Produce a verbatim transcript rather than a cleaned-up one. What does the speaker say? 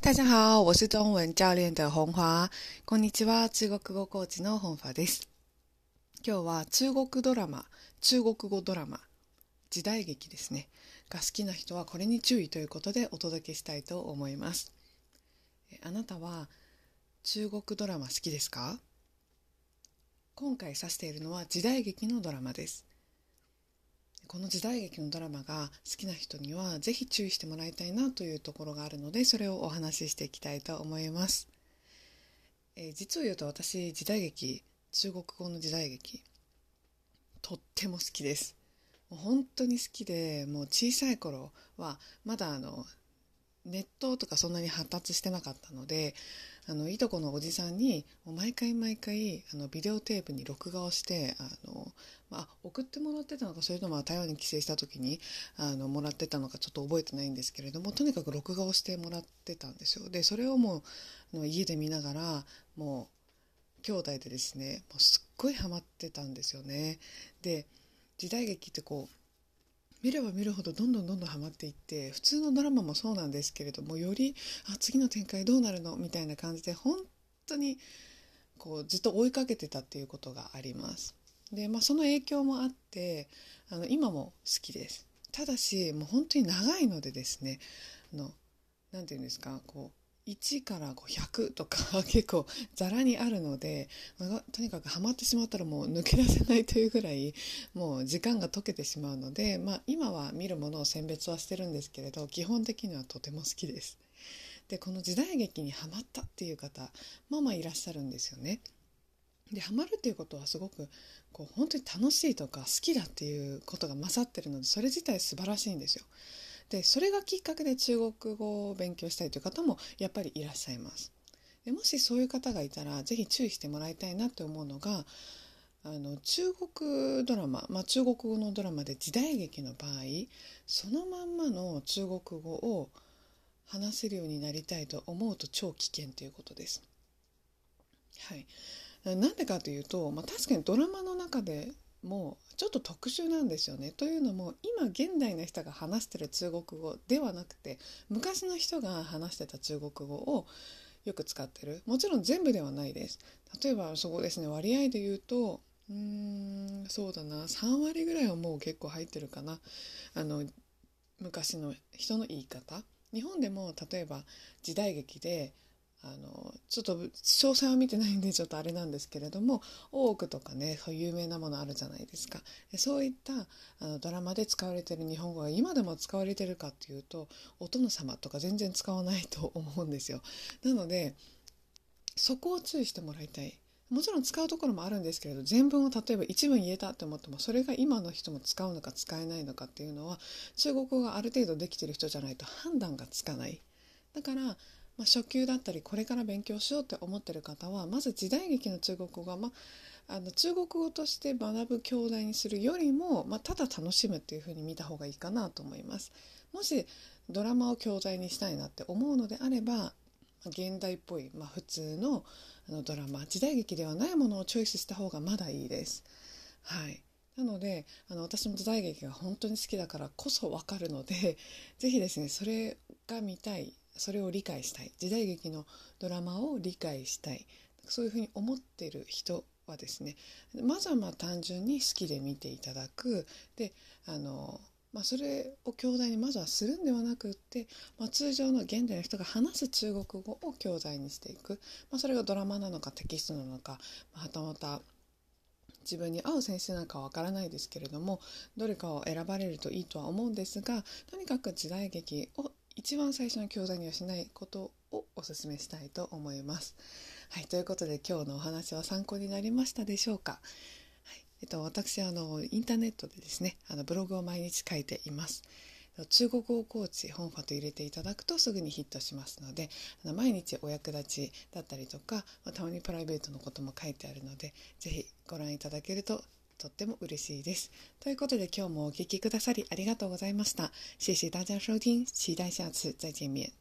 大家好，我是中文教練的本華。こんにちは、中国語コーチの本華です。今日は中国ドラマ、中国語ドラマ、時代劇ですね。が好きな人はこれに注意ということでお届けしたいと思います。あなたは中国ドラマ好きですか？今回指しているのは時代劇のドラマです。この時代劇のドラマが好きな人にはぜひ注意してもらいたいなというところがあるので、それをお話ししていきたいと思います。えー、実を言うと私、時代劇、中国語の時代劇、とっても好きです。もう本当に好きで、もう小さい頃はまだあのネットとかそんなに発達してなかったので、あのいとこのおじさんに毎回毎回あのビデオテープに録画をしてあの、まあ、送ってもらってたのか、それとも台湾に帰省した時にあのもらってたのかちょっと覚えてないんですけれども、とにかく録画をしてもらってたんですよ。でそれをもうの家で見ながら、もう兄弟でですね、もうすっごいハマってたんですよね。で時代劇ってこう見れば見るほどどんどんどんどんハマっていって、普通のドラマもそうなんですけれども、よりあ次の展開どうなるのみたいな感じで本当にこうずっと追いかけてたっていうことがあります。で、まあ、その影響もあってあの今も好きです。ただしもう本当に長いのでですね、あのなんていうんですか、こういちからひゃくとか結構ざらにあるので、まあ、とにかくハマってしまったらもう抜け出せないというぐらいもう時間が解けてしまうので、まあ、今は見るものを選別はしてるんですけれど、基本的にはとても好きです。でこの時代劇にハマったっていう方まあまあいらっしゃるんですよね。でハマるっていうことはすごくこう本当に楽しいとか好きだっていうことが勝ってるので、それ自体素晴らしいんですよ。でそれがきっかけで中国語を勉強したいという方もやっぱりいらっしゃいます。でもしそういう方がいたらぜひ注意してもらいたいなと思うのが、あの中国ドラマ、まあ、中国語のドラマで時代劇の場合、そのまんまの中国語を話せるようになりたいと思うと超危険ということです。はい、なんでかというと、まあ、確かにドラマの中でもうちょっと特殊なんですよね。というのも今現代の人が話してる中国語ではなくて、昔の人が話してた中国語をよく使ってる。もちろん全部ではないです。例えばそうですね、割合で言うとうーんそうだな、さん割ぐらいはもう結構入ってるかな。あの昔の人の言い方、日本でも例えば時代劇であのちょっと詳細は見てないんでちょっとあれなんですけれども、大奥とかね、そういう有名なものあるじゃないですか。でそういったあのドラマで使われている日本語が今でも使われているかっていうと、お殿様とか全然使わないと思うんですよ。なのでそこを注意してもらいたい。もちろん使うところもあるんですけれど、全文を例えば一文言えたと思っても、それが今の人も使うのか使えないのかっていうのは中国語がある程度できている人じゃないと判断がつかない。だからまあ、初級だったりこれから勉強しようって思ってる方は、まず時代劇の中国語が、まあ、あの中国語として学ぶ教材にするよりも、まあ、ただ楽しむっていう風に見た方がいいかなと思います。もしドラマを教材にしたいなって思うのであれば、現代っぽい、まあ、普通 の, あのドラマ、時代劇ではないものをチョイスした方がまだいいです。はい、なのであの私も時代劇が本当に好きだからこそ分かるので、ぜひですね、それが見たい、それを理解したい、時代劇のドラマを理解したい、そういうふうに思っている人はですね、まずはまあ単純に好きで見ていただく。であのまあ、それを教材にまずはするんではなくって、まあ、通常の現代の人が話す中国語を教材にしていく、まあ、それがドラマなのかテキストなのか、まあ、はたまた自分に合う先生なんかはわからないですけれども、どれかを選ばれるといいとは思うんですが、とにかく時代劇を一番最初の教材にはしないことをお勧めしたいと思います。はい、ということで今日のお話は参考になりましたでしょうか。えっと、私あのインターネットでですね、あのブログを毎日書いています。中国語コーチ本ファと入れていただくとすぐにヒットしますので、あの毎日お役立ちだったりとか、まあ、たまにプライベートのことも書いてあるので、ぜひご覧いただけるととっても嬉しいです。ということで今日もお聞きくださりありがとうございました。謝謝大家收聽，期待下次再見面。